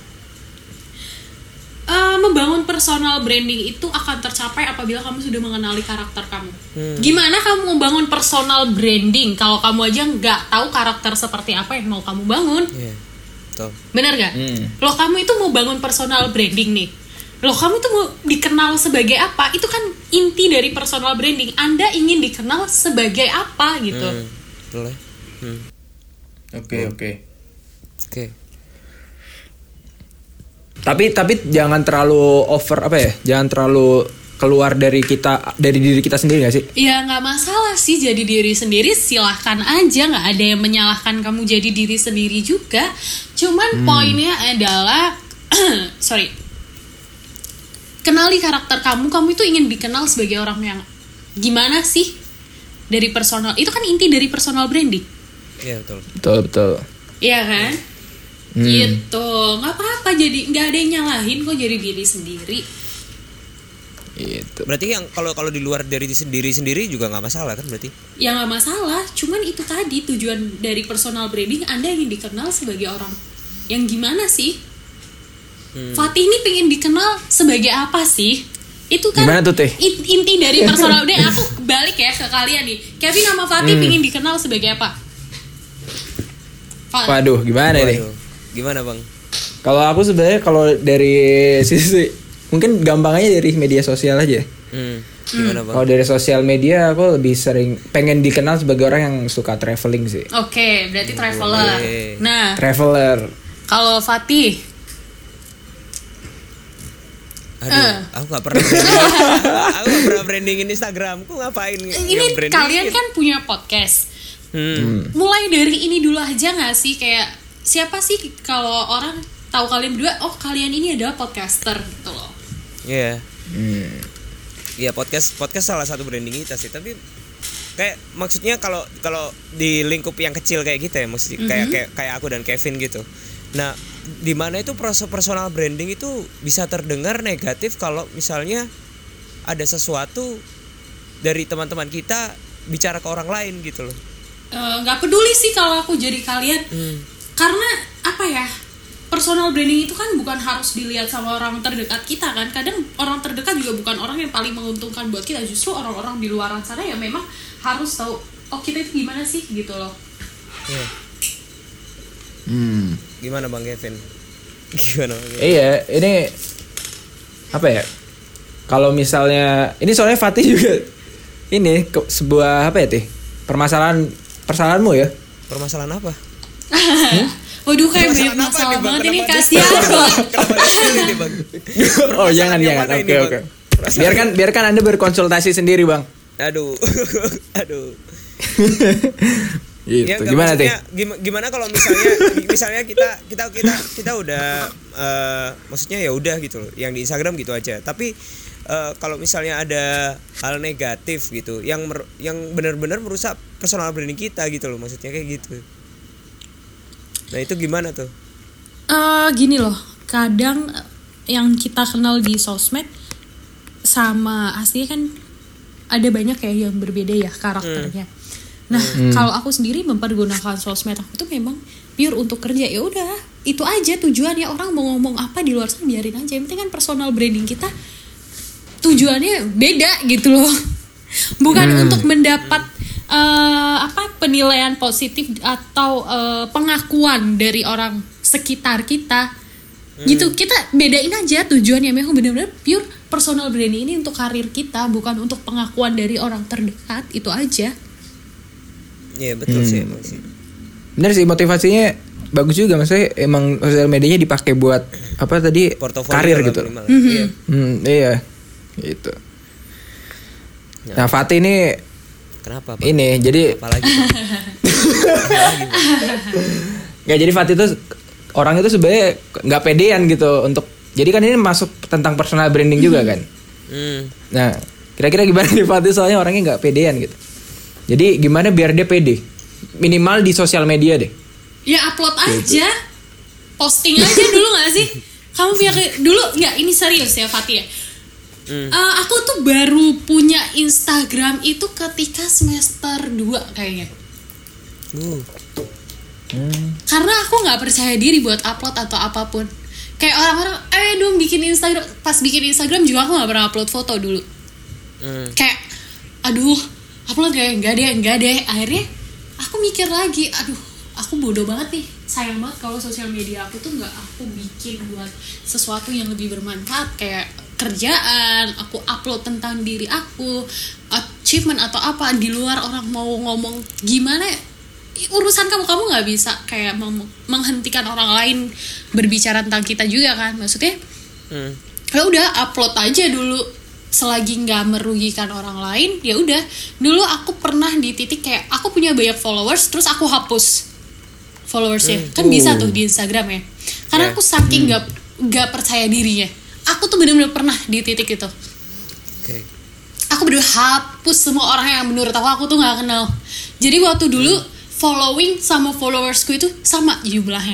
Membangun personal branding itu akan tercapai apabila kamu sudah mengenali karakter kamu. Gimana kamu membangun personal branding kalau kamu aja nggak tahu karakter seperti apa yang mau kamu bangun? Iya, betul. Benar nggak? Loh, kamu itu mau bangun personal branding nih. Loh, kamu tuh mau dikenal sebagai apa? Itu kan inti dari personal branding. Anda ingin dikenal sebagai apa gitu. Boleh. Oke. Tapi jangan terlalu over jangan terlalu keluar dari diri kita sendiri nggak sih? Ya nggak masalah sih jadi diri sendiri, silahkan aja, nggak ada yang menyalahkan kamu jadi diri sendiri juga. Cuman poinnya adalah kenali karakter kamu itu ingin dikenal sebagai orang yang gimana sih dari personal, itu kan inti dari personal branding. Iya Betul. Iya kan? Gitu, nggak apa-apa, jadi nggak ada yang nyalahin kok jadi diri sendiri. Gitu. Berarti yang kalau di luar dari diri sendiri juga nggak masalah kan berarti? Ya nggak masalah, cuman itu tadi tujuan dari personal branding, Anda ingin dikenal sebagai orang yang gimana sih? Fatih ini pengen dikenal sebagai apa sih? Itu kan gimana tuh, Teh? Inti dari personal branding. Aku balik ya ke kalian nih. Kevin sama Fatih pengen dikenal sebagai apa? Waduh, gimana nih? Gimana Bang? Kalau aku sebenarnya kalau dari sisi mungkin gampangnya dari media sosial aja. Gimana Bang? Kalau dari sosial media aku lebih sering pengen dikenal sebagai orang yang suka traveling sih. Oke, berarti traveler. Nah, traveler. Kalau Fatih, aku nggak pernah brandingin Instagramku, ngapain? Ini kalian kan punya podcast. Mulai dari ini dulu aja nggak sih, kayak siapa sih kalau orang tahu kalian berdua, oh kalian ini adalah podcaster gitu loh. Iya. Iya, podcast salah satu branding kita sih, tapi kayak maksudnya kalau di lingkup yang kecil kayak gitu ya, maksudnya kayak aku dan Kevin gitu. Nah, di mana itu personal branding itu bisa terdengar negatif kalau misalnya ada sesuatu dari teman-teman kita bicara ke orang lain gitu loh. Nggak peduli sih kalau aku jadi kalian, karena apa ya, personal branding itu kan bukan harus dilihat sama orang terdekat kita kan. Kadang orang terdekat juga bukan orang yang paling menguntungkan buat kita. Justru orang-orang di luaran sana yang memang harus tahu oh kita itu gimana sih gitu loh. Gimana Bang Kevin? Gimana Bang Kevin? Iya, ini apa ya? Kalau misalnya ini soalnya Fatih juga ini sebuah apa ya Tih? Permasalahanmu ya? Permasalahan apa? Waduh kayak banyak masalah banget ini, kasihan loh. Oh jangan. Oke. Biarkan Anda berkonsultasi sendiri Bang. Aduh. Gitu. Ya, Gimana Tih? Gimana kalau misalnya kita udah maksudnya ya udah gitu loh. Yang di Instagram gitu aja. Tapi kalau misalnya ada hal negatif gitu yang benar-benar merusak personal branding kita gitu loh, maksudnya kayak gitu. Nah, itu gimana tuh? Gini loh, kadang yang kita kenal di sosmed sama asli kan ada banyak ya yang berbeda ya karakternya. Nah, kalau aku sendiri mempergunakan sosmed aku tuh memang pure untuk kerja, ya udah itu aja tujuannya. Orang mau ngomong apa di luar sana biarin aja, yang penting kan personal branding kita tujuannya beda gitu loh, bukan untuk mendapat penilaian positif atau pengakuan dari orang sekitar kita gitu. Kita bedain aja tujuannya, memang benar-benar pure personal branding ini untuk karir kita, bukan untuk pengakuan dari orang terdekat, itu aja. Iya betul sih emang sih. Bener sih, motivasinya bagus juga, maksudnya emang sosial medianya dipakai buat apa tadi, portofolio karir gitu. Iya gitu. Nah Fatih ini kenapa Pak? Ini jadi apalagi nggak, jadi Fatih itu orang itu sebenarnya nggak pedean gitu untuk, jadi kan ini masuk tentang personal branding juga kan. Nah kira-kira gimana nih Fatih, soalnya orangnya nggak pedean gitu. Jadi gimana biar dia pede? Minimal di sosial media deh. Ya upload aja, posting aja dulu nggak sih? Kamu biar dulu nggak, ini serius ya Fatih ya. Aku tuh baru punya Instagram itu ketika semester 2 kayaknya. Karena aku nggak percaya diri buat upload atau apapun. Kayak orang-orang, dong bikin Instagram. Pas bikin Instagram juga aku nggak pernah upload foto dulu. Kayak, aduh, upload enggak deh. Akhirnya aku mikir lagi, aduh, aku bodoh banget nih. Sayang banget kalau sosial media aku tuh nggak aku bikin buat sesuatu yang lebih bermanfaat, kayak kerjaan, aku upload tentang diri aku, achievement atau apa, di luar orang mau ngomong gimana, urusan kamu nggak bisa kayak menghentikan orang lain berbicara tentang kita juga kan, maksudnya. Ya udah upload aja dulu selagi nggak merugikan orang lain, ya udah. Dulu aku pernah di titik kayak aku punya banyak followers terus aku hapus followersnya, kan bisa tuh di Instagram ya, karena aku saking nggak percaya dirinya. Aku tuh benar-benar pernah di titik itu. Aku bener hapus semua orang yang menurut aku tuh nggak kenal. Jadi waktu dulu following sama followersku itu sama jumlahnya.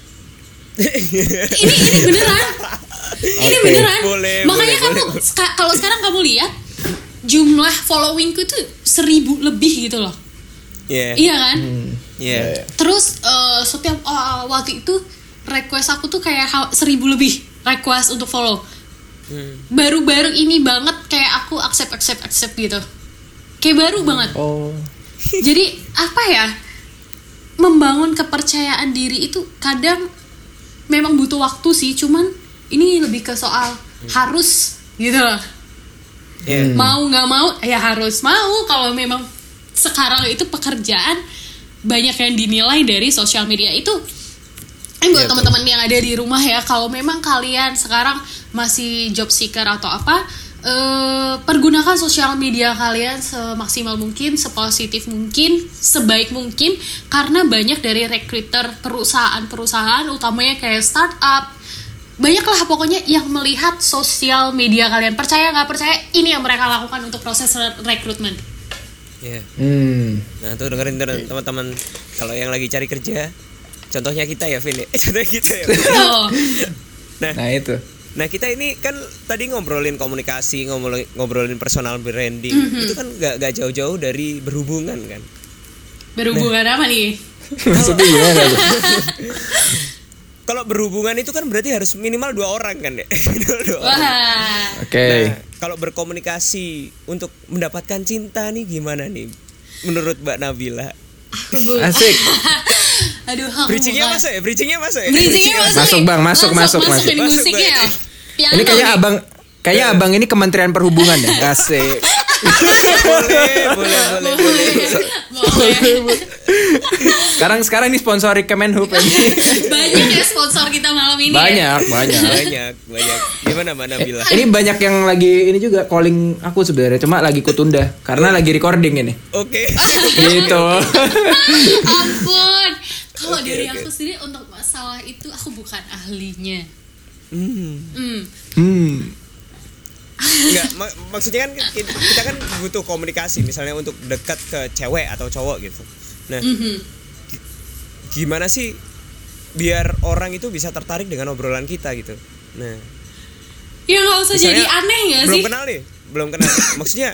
ini beneran. Ini beneran. Makanya kamu kalau sekarang kamu lihat jumlah followingku itu 1000 lebih gitu loh. Iya kan? Terus setiap waktu itu request aku tuh kayak 1000 lebih request untuk follow. Baru-baru ini banget kayak aku accept gitu. Kayak baru banget. Jadi apa ya? Membangun kepercayaan diri itu kadang memang butuh waktu sih, cuman ini lebih ke soal harus gitu loh. Mau nggak mau ya harus mau. Kalau memang sekarang itu pekerjaan banyak yang dinilai dari sosial media itu. Buat teman-teman yang ada di rumah ya, kalau memang kalian sekarang masih job seeker atau apa, pergunakan sosial media kalian semaksimal mungkin, sepositif mungkin, sebaik mungkin, karena banyak dari recruiter perusahaan-perusahaan utamanya kayak startup, banyaklah pokoknya yang melihat sosial media kalian. Percaya nggak percaya, ini yang mereka lakukan untuk proses rekrutmen. Nah tuh dengerin teman-teman, kalau yang lagi cari kerja, contohnya kita ya Vin. Nah itu. Nah kita ini kan tadi ngobrolin komunikasi, ngobrolin personal branding, itu kan gak jauh-jauh dari berhubungan kan. Berhubungan apa nih? Maksudnya gimana tuh? kalau berhubungan itu kan berarti harus minimal 2 orang kan ya. Wah. Oke. Nah, kalau berkomunikasi untuk mendapatkan cinta nih gimana nih menurut Mbak Nabila? Asik. Aduh, Bridgingnya masuk ya? Masuk Bang, masuk. Ini musiknya ya. Piano Ini kayaknya nih. abang ini Kementerian Perhubungan ya. Asik. boleh. Sekarang ini sponsori Kemenhub ini. Banyak ya sponsor kita malam ini. Banyak. Gimana Mbak Nabila? Ini banyak yang lagi ini juga calling aku sebenarnya, cuma lagi kutunda karena lagi recording ini. Oke. Gitu. Ampun. Kalau dari aku sendiri untuk masalah itu aku bukan ahlinya. Enggak, maksudnya kan kita kan butuh komunikasi misalnya untuk dekat ke cewek atau cowok gitu. Nah, gimana sih biar orang itu bisa tertarik dengan obrolan kita gitu. Nah, ya nggak usah misalnya, jadi aneh nggak sih? Belum kenal. Maksudnya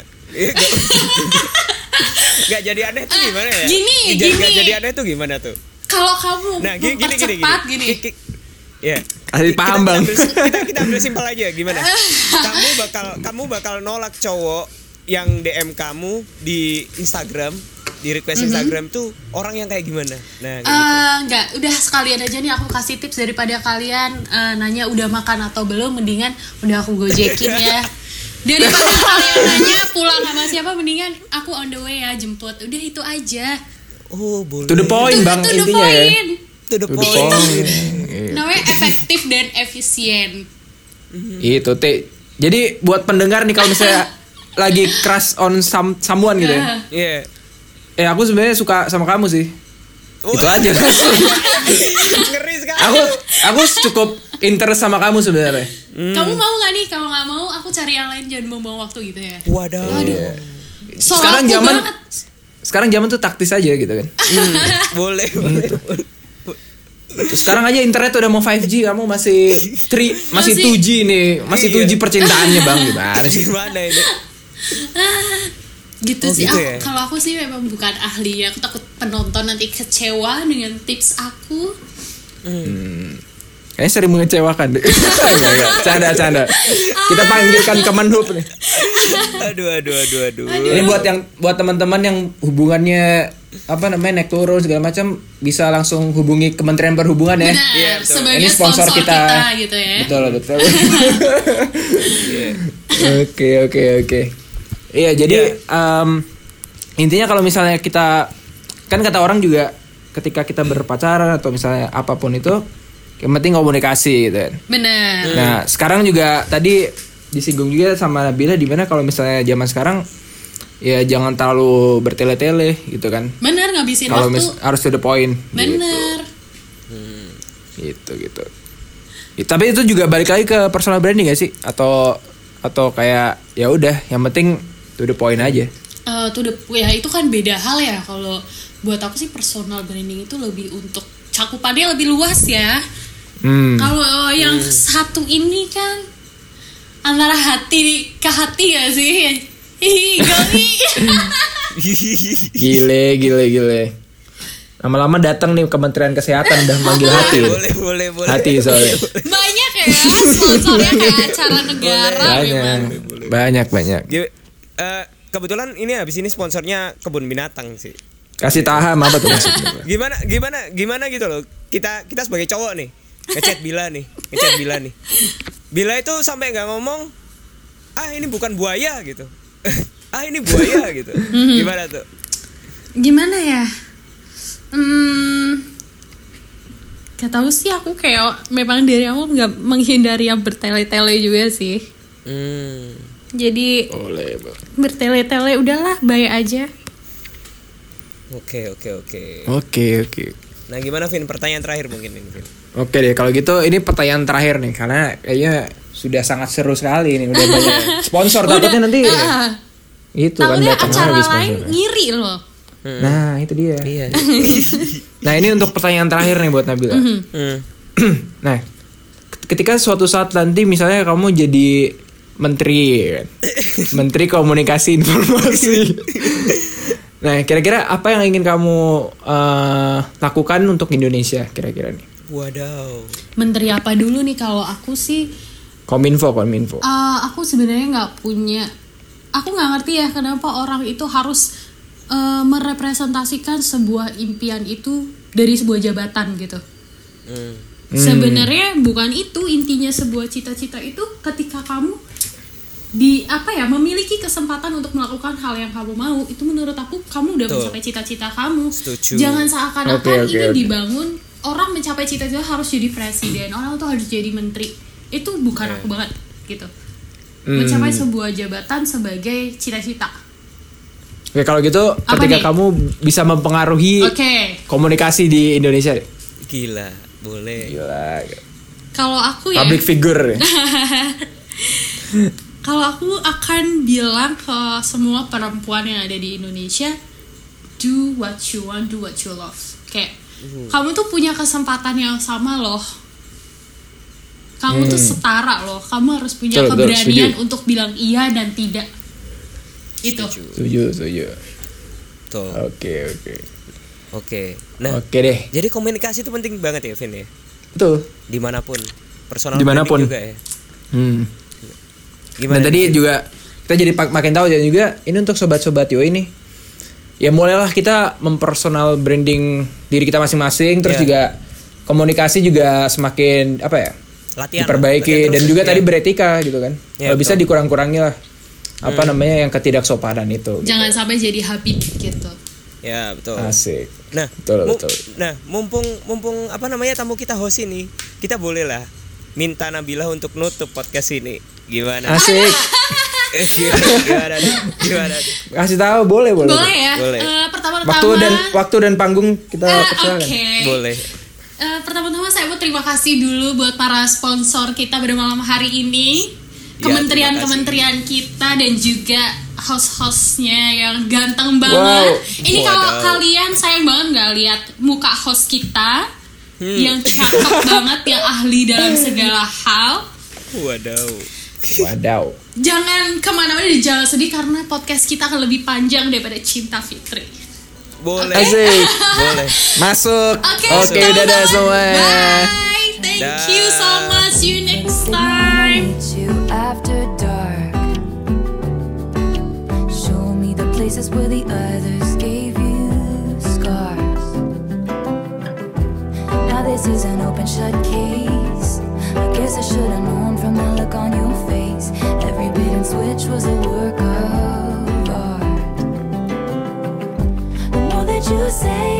nggak jadi aneh tuh gimana ya? Gini. Nggak jadi aneh tuh gimana tuh? Kalau kamu mempercepat gini. Ya. Kasih paham Bang. Kita ambil simpel aja gimana? Kamu bakal nolak cowok yang DM kamu di Instagram, di request Instagram tuh orang yang kayak gimana? Nah, gitu. Enggak, udah sekalian aja nih aku kasih tips daripada kalian nanya udah makan atau belum, mendingan udah aku gojekin ya. Daripada kalian nanya pulang sama siapa, mendingan aku on the way ya jemput. Udah itu aja. Oh, boleh. To the point Bang intinya ya. To the point. Namanya efektif dan efisien. Itu jadi buat pendengar nih kalau misalnya lagi crush on someone gitu ya. Iya. Aku sebenarnya suka sama kamu sih. Itu aja. Ngeri sekali. Aku cukup interest sama kamu sebenarnya. Kamu mau nggak nih? Kalau nggak mau, aku cari yang lain, jangan buang-buang waktu gitu ya. Waduh. Sekarang zaman tuh taktis aja gitu kan. Boleh. Sekarang aja internet udah mau 5G, kamu masih 2G nih, masih 2G percintaannya Bang, gimana sih? Gimana ini? Gitu sih. Gitu ya? Kalau aku sih memang bukan ahli ya. Aku takut penonton nanti kecewa dengan tips aku. Kayaknya sering mengecewakan deh. Enggak, canda. Kita panggilkan Kemenhub nih. Aduh. Ini buat teman-teman yang hubungannya naik turun segala macam, bisa langsung hubungi Kementerian Perhubungan ya. Benar, Iya, sebagai ini sponsor kita gitu ya. Betul. Oke. Iya, jadi intinya kalau misalnya kita kan kata orang juga ketika kita berpacaran atau misalnya apapun itu yang penting komunikasi gitu kan. Benar. Nah, sekarang juga tadi disinggung juga sama Nabila di mana kalau misalnya zaman sekarang ya jangan terlalu bertele-tele gitu kan. Benar, ngabisin kalau waktu. Harus to the point. Benar. Gitu. Tapi itu juga balik lagi ke personal branding gak sih? Atau kayak ya udah yang penting to the point aja. Ya itu kan beda hal ya. Kalau buat aku sih personal branding itu lebih untuk cakupannya lebih luas ya. Kalau yang satu ini kan antara hati ke hati gak sih? Gile. Lama-lama datang nih Kementerian Kesehatan udah manggil hati. Boleh. Hati soalnya. Banyak ya sponsornya kayak acara negara. Banyak. Kebetulan ini habis ini sponsornya kebun binatang sih. Kasih taham apa tuh maksudnya? Gimana gitu loh. Kita sebagai cowok nih ngechat Bila nih. Bila itu sampai nggak ngomong, ini bukan buaya gitu. Ini buaya gitu. Gimana tuh? Gimana ya? Gak tahu sih, aku kayak memang dari aku nggak menghindari yang bertele-tele juga sih. Jadi bertele-tele udahlah, baik aja. Oke. Nah, gimana Vin? Pertanyaan terakhir mungkin ini, Vin. Oke deh, kalau gitu ini pertanyaan terakhir nih, karena kayaknya sudah sangat seru sekali nih, udah banyak sponsor takutnya nanti. Gitu kan, acara lain ngiri loh. Nah, itu dia. Iya. Nah, ini untuk pertanyaan terakhir nih buat Nabila. Nah, ketika suatu saat nanti misalnya kamu jadi menteri komunikasi informasi. Nah, kira-kira apa yang ingin kamu lakukan untuk Indonesia kira-kira nih? Wadaw. Menteri apa dulu nih? Kalau aku sih Kominfo. aku sebenarnya nggak ngerti ya kenapa orang itu harus merepresentasikan sebuah impian itu dari sebuah jabatan gitu. Sebenarnya bukan itu intinya sebuah cita-cita itu. Ketika kamu memiliki kesempatan untuk melakukan hal yang kamu mau, itu menurut aku kamu udah mencapai cita-cita kamu. Setuju. Jangan seakan-akan dibangun orang mencapai cita-cita harus jadi presiden, orang tuh harus jadi menteri. Itu bukan aku banget gitu. Mencapai sebuah jabatan sebagai cita-cita. Oke, kalau gitu ketika kamu bisa mempengaruhi komunikasi di Indonesia. Gila, boleh. Gila. Kalau aku ya public figure. Kalau aku akan bilang ke semua perempuan yang ada di Indonesia, do what you want, do what you love. Kayak kamu tuh punya kesempatan yang sama loh. Kamu tuh setara loh. Kamu harus punya keberanian untuk bilang iya dan tidak. Itu. Setuju. Tuh. Oke. Nah, oke deh. Jadi komunikasi itu penting banget ya, Vin ya. Betul. Dimanapun. Personal dimanapun juga ya. Gimana? Dan tadi juga kita jadi makin tahu dan juga ini untuk sobat-sobat Yo ini. Ya mulailah kita mempersonal branding diri kita masing-masing, terus juga komunikasi juga semakin diperbaiki dan juga tadi beretika gitu kan. Kalau bisa dikurang-kurangi lah yang ketidaksopanan itu. Jangan sampai jadi Habib gitu. Ya betul. Asik. Nah, betul. Nah, mumpung tamu kita host ini, kita boleh lah minta Nabila untuk nutup podcast ini. Gimana? Asik. Gimana? Kasih tahu boleh ya. Boleh. Pertama-tama waktu dan panggung kita persilakan. Boleh. Pertama-tama saya mau terima kasih dulu buat para sponsor kita pada malam hari ini. Kementerian kita dan juga host-hostnya yang ganteng banget. Ini kalau kalian sayang banget nggak lihat muka host kita yang cakep banget, yang ahli dalam segala hal. Wadaw. Jangan kemana-mana dan jangan sedih karena podcast kita akan lebih panjang daripada Cinta Fitri. Boleh. Asik. Boleh. Masuk. Oke, dadah semua. Bye. Thank you so much. See you next time. After dark, show me the places where the others gave you scars. Now this is an open shut case. I guess I should have known from the look on your face. Every bit and switch was a work of art. The more that you say